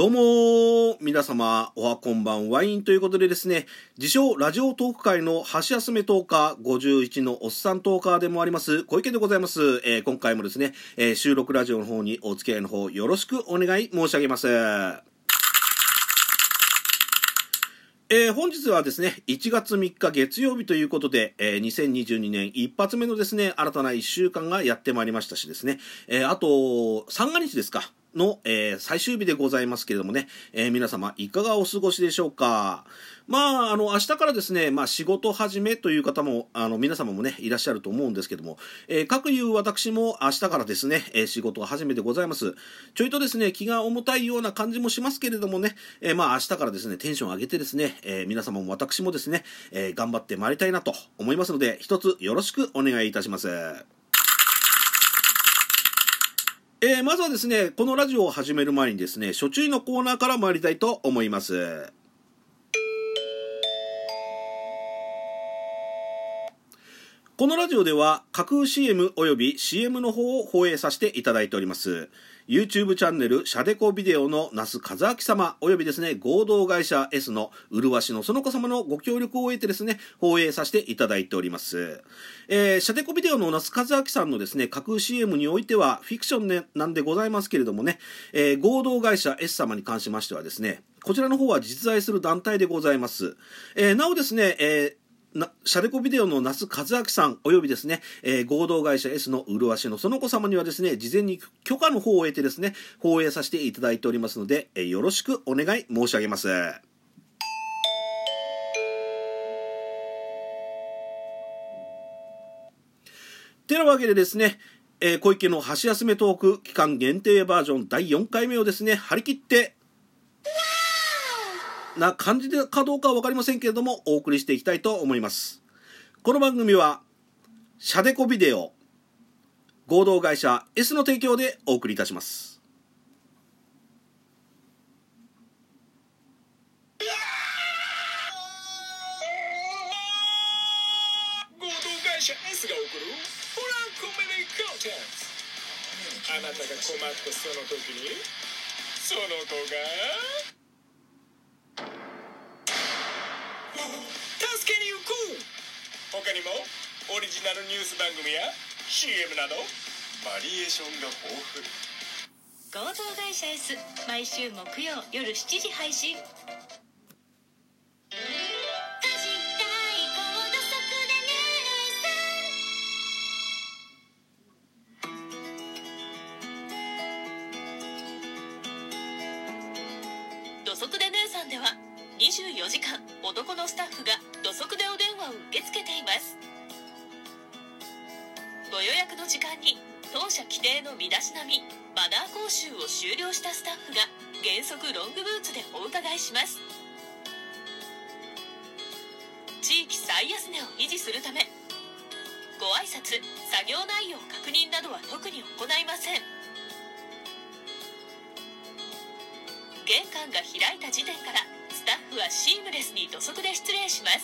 どうも皆様おはこんばんワインということでですね、自称ラジオトーク界の箸休めトーカー51のおっさんトーカーでもあります小池でございます。今回もですね、収録ラジオの方にお付き合いの方よろしくお願い申し上げます。本日はですね1月3日月曜日ということで、2022年一発目のですね新たな1週間がやってまいりましたしですね、あと三が日ですかの、最終日でございますけれどもね、皆様いかがお過ごしでしょうか。明日からですね、仕事始めという方も皆様もねいらっしゃると思うんですけども、各いう私も明日からですね、仕事始めでございます。ちょいとですね気が重たいような感じもしますけれどもね、明日からですねテンション上げてですね、皆様も私もですね、頑張ってまいりたいなと思いますので、一つよろしくお願いいたします。まずはですねこのラジオを始める前にですね初注意のコーナーから参りたいと思います。このラジオでは架空 CM および CM の方を放映させていただいております。 YouTube チャンネルシャデコビデオの那須和明様およびですね合同会社 S の麗しのその子様のご協力を得てですね放映させていただいております。シャデコビデオの那須和明さんのですね架空 CM においてはフィクション、ね、なんでございますけれどもね、合同会社 S 様に関しましてはですねこちらの方は実在する団体でございます。なおですね、シャデコビデオの那須和明さんおよびですね、合同会社 S の麗しのその子様にはですね事前に許可の方を得てですね放映させていただいておりますので、よろしくお願い申し上げます。てなわけでですね、小池の箸休めトーク期間限定バージョン第4回目をですね張り切ってな感じでかどうかは分かりませんけれどもお送りしていきたいと思います。この番組はシャデコビデオ合同会社 S の提供でお送りいたします。 合同会社 S が送るホラーコメディコンテンツ。あなたが困ったその時にその子が助けに行く。他にもオリジナルニュース番組や CM などバリエーションが豊富。 合同会社 S 毎週木曜夜7時配信。土足で姉さんでは24時間男のスタッフが土足でお電話を受け付けています。ご予約の時間に当社規定の身だしなみマナー講習を修了したスタッフが原則ロングブーツでお伺いします。地域最安値を維持するためご挨拶作業内容確認などは特に行いません。玄関が開いた時点からスタッフはシームレスに土足で失礼します。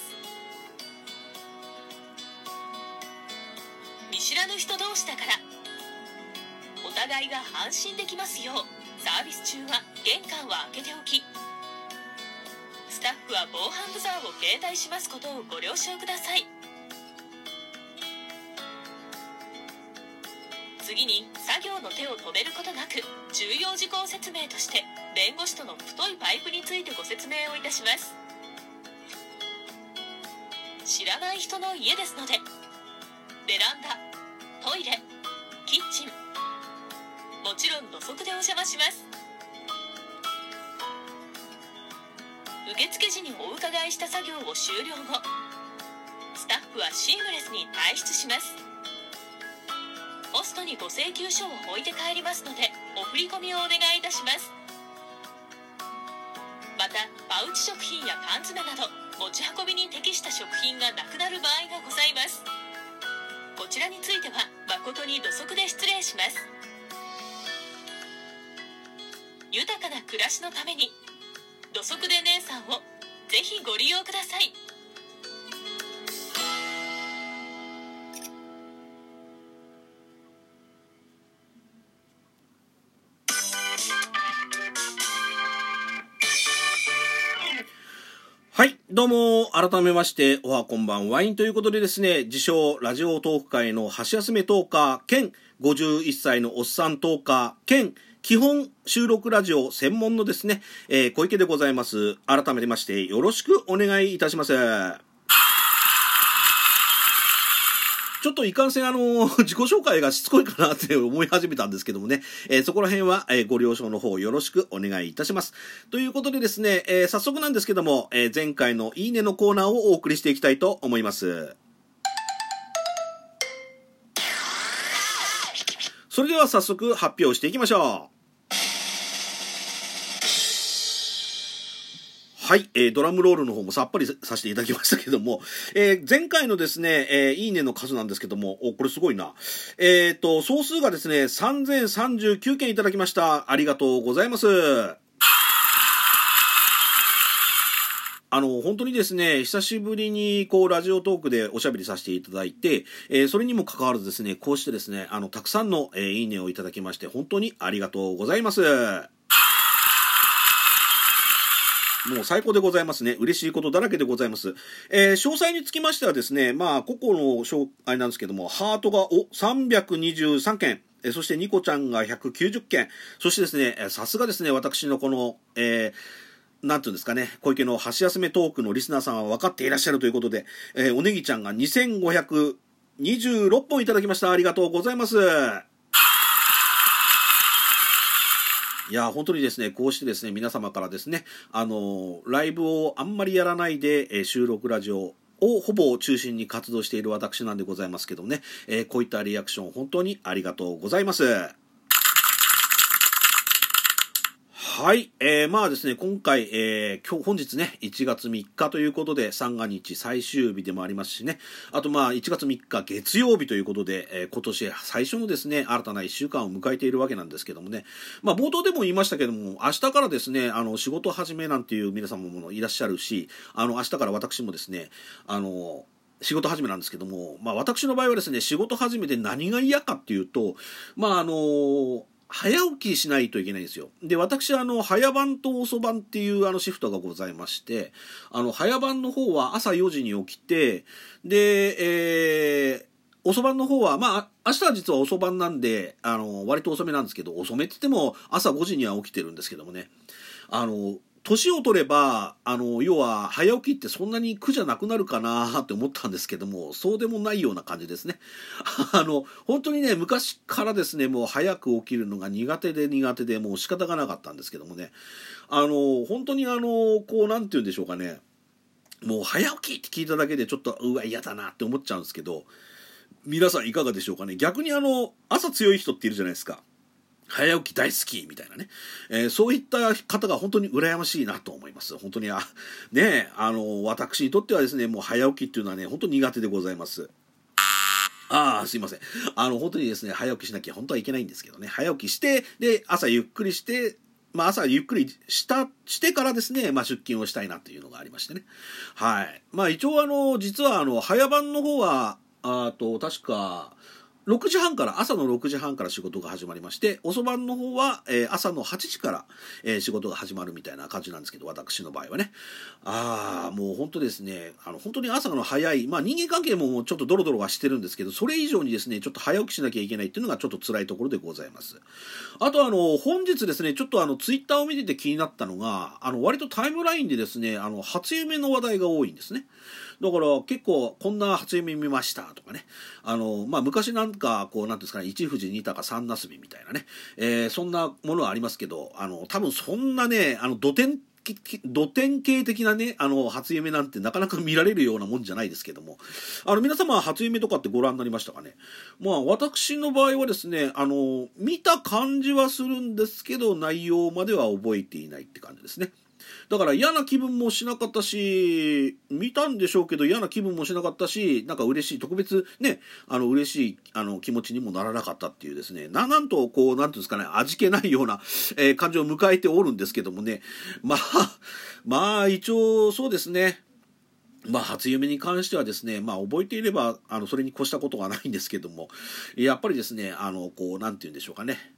見知らぬ人同士だからお互いが安心できますようサービス中は玄関は開けておき、スタッフは防犯ブザーを携帯しますことをご了承ください。次に作業の手を止めることなく重要事項説明として弁護士との太いパイプについてご説明をいたします。知らない人の家ですのでベランダ、トイレ、キッチン、もちろん土足でお邪魔します。受付時にお伺いした作業を終了後スタッフはシームレスに退出します。ポストにご請求書を置いて帰りますのでお振り込みをお願いいたします。またパウチ食品や缶詰など持ち運びに適した食品がなくなる場合がございます。こちらについては誠に土足で失礼します。豊かな暮らしのために土足で姉さんをぜひご利用ください。 はい、どうも、改めまして、おはこんばんワインということでですね、自称、ラジオトーク界の箸休めトーカー、兼51歳のおっさんトーカー、兼基本収録ラジオ専門のですね、小池でございます。改めまして、よろしくお願いいたします。ちょっといかんせん自己紹介がしつこいかなって思い始めたんですけどもね、そこら辺は、ご了承の方よろしくお願いいたします。ということでですね、早速なんですけども、前回のいいねのコーナーをお送りしていきたいと思います。それでは早速発表していきましょう。はい、ドラムロールの方もさっぱりさせていただきましたけども、前回のですね、いいねの数なんですけども、これすごいな。総数がですね、3039件いただきました。ありがとうございます。本当にですね、久しぶりにラジオトークでおしゃべりさせていただいて、それにもかかわらずですね、こうしてですね、たくさんの、いいねをいただきまして、本当にありがとうございます。もう最高でございますね。嬉しいことだらけでございます。詳細につきましてはですね、個々の紹介なんですけども、ハートが323件、そしてニコちゃんが190件、そしてですね、さすがですね、私のこの、なんていうんですかね、小池の箸休めトークのリスナーさんは分かっていらっしゃるということで、おねぎちゃんが2526本いただきました。ありがとうございます。いや本当にですね、こうしてですね、皆様からですね、ライブをあんまりやらないで、収録ラジオをほぼ中心に活動している私なんでございますけどね、こういったリアクション本当にありがとうございます。はい、ですね、今回、本日ね、1月3日ということで、三が日最終日でもありますしね、あと1月3日月曜日ということで、今年最初のですね、新たな1週間を迎えているわけなんですけどもね、冒頭でも言いましたけども、明日からですね、仕事始めなんていう皆様もいらっしゃるし、明日から私もですね、仕事始めなんですけども、私の場合はですね、仕事始めで何が嫌かっていうと、早起きしないといけないんですよ。で、私早番と遅番っていうシフトがございまして、早番の方は朝4時に起きて、で、遅番の方は、明日は実は遅番なんで、割と遅めなんですけど、遅めって言っても朝5時には起きてるんですけどもね、年を取れば要は早起きってそんなに苦じゃなくなるかなって思ったんですけども、そうでもないような感じですね。本当にね、昔からですね、もう早く起きるのが苦手でもう仕方がなかったんですけどもね、本当になんて言うんでしょうかね、もう早起きって聞いただけでちょっと嫌だなって思っちゃうんですけど、皆さんいかがでしょうかね。逆に朝強い人っているじゃないですか。早起き大好きみたいなね、そういった方が本当に羨ましいなと思います。本当に私にとってはですね、もう早起きっていうのはね、本当に苦手でございます。すいません。本当にですね、早起きしなきゃ本当はいけないんですけどね、早起きして、で、朝ゆっくりして、朝ゆっくりしてからですね、出勤をしたいなというのがありましてね。はい。一応実は早番の方は、確か、朝の6時半から仕事が始まりまして、遅番の方は、朝の8時から、仕事が始まるみたいな感じなんですけど、私の場合はね。もう本当ですね、本当に朝の早い、人間関係もちょっとドロドロはしてるんですけど、それ以上にですね、ちょっと早起きしなきゃいけないっていうのがちょっと辛いところでございます。あと本日ですね、ちょっとツイッターを見てて気になったのが、割とタイムラインでですね、初夢の話題が多いんですね。だから結構こんな初夢見ましたとかね、昔なんかなんていうんですかね、一富士二鷹三なすびみたいなね、そんなものはありますけど、多分そんなね、土典型的なね、初夢なんてなかなか見られるようなもんじゃないですけども、皆様は初夢とかってご覧になりましたかね。私の場合はですね、見た感じはするんですけど、内容までは覚えていないって感じですね。だから嫌な気分もしなかったし、見たんでしょうけど嫌な気分もしなかったし、なんか嬉しい、特別ね、嬉しい気持ちにもならなかったっていうですね、なんとなんていうんですかね、味気ないような、感情を迎えておるんですけどもね、一応そうですね、初夢に関してはですね、覚えていればそれに越したことはないんですけども、やっぱりですね、なんていうんでしょうかね、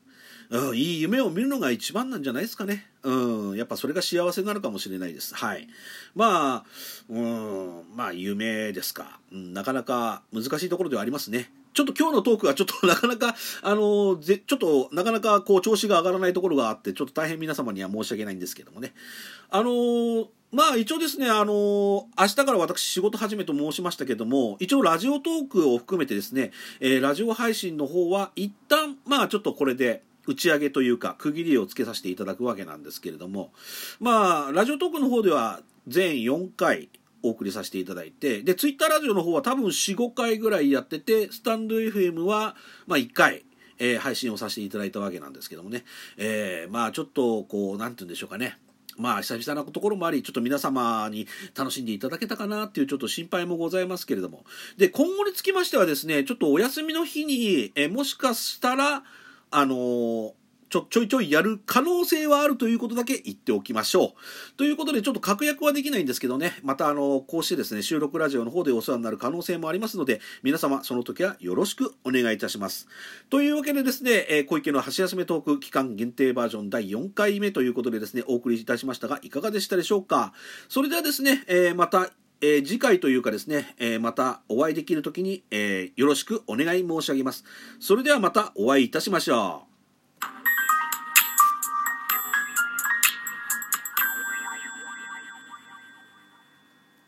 いい夢を見るのが一番なんじゃないですかね。やっぱそれが幸せになるかもしれないです。はい。まあ夢ですか。なかなか難しいところではありますね。ちょっと今日のトークはちょっとなかなかちょっとなかなかこう調子が上がらないところがあって、ちょっと大変皆様には申し訳ないんですけどもね。まあ一応ですね、明日から私仕事始めと申しましたけども、一応ラジオトークを含めてですね、ラジオ配信の方は一旦まあちょっとこれで打ち上げというか区切りをつけさせていただくわけなんですけれども、まあラジオトークの方では全4回お送りさせていただいて、でツイッターラジオの方は多分 4,5 回ぐらいやってて、スタンド FM はまあ1回配信をさせていただいたわけなんですけどもね、まあちょっとこうなんて言うんでしょうかね、まあ久々なところもあり、ちょっと皆様に楽しんでいただけたかなっていうちょっと心配もございますけれども、で今後につきましてはですね、ちょっとお休みの日にもしかしたらちょいちょいやる可能性はあるということだけ言っておきましょう。ということでちょっと確約はできないんですけどね、またこうしてですね収録ラジオの方でお世話になる可能性もありますので、皆様その時はよろしくお願いいたします。というわけでですね、小池の箸休めトーク期間限定バージョン第4回目ということでですねお送りいたしましたが、いかがでしたでしょうか。それではですね、また次回というかですね、またお会いできる時に、よろしくお願い申し上げます。それではまたお会いいたしましょう。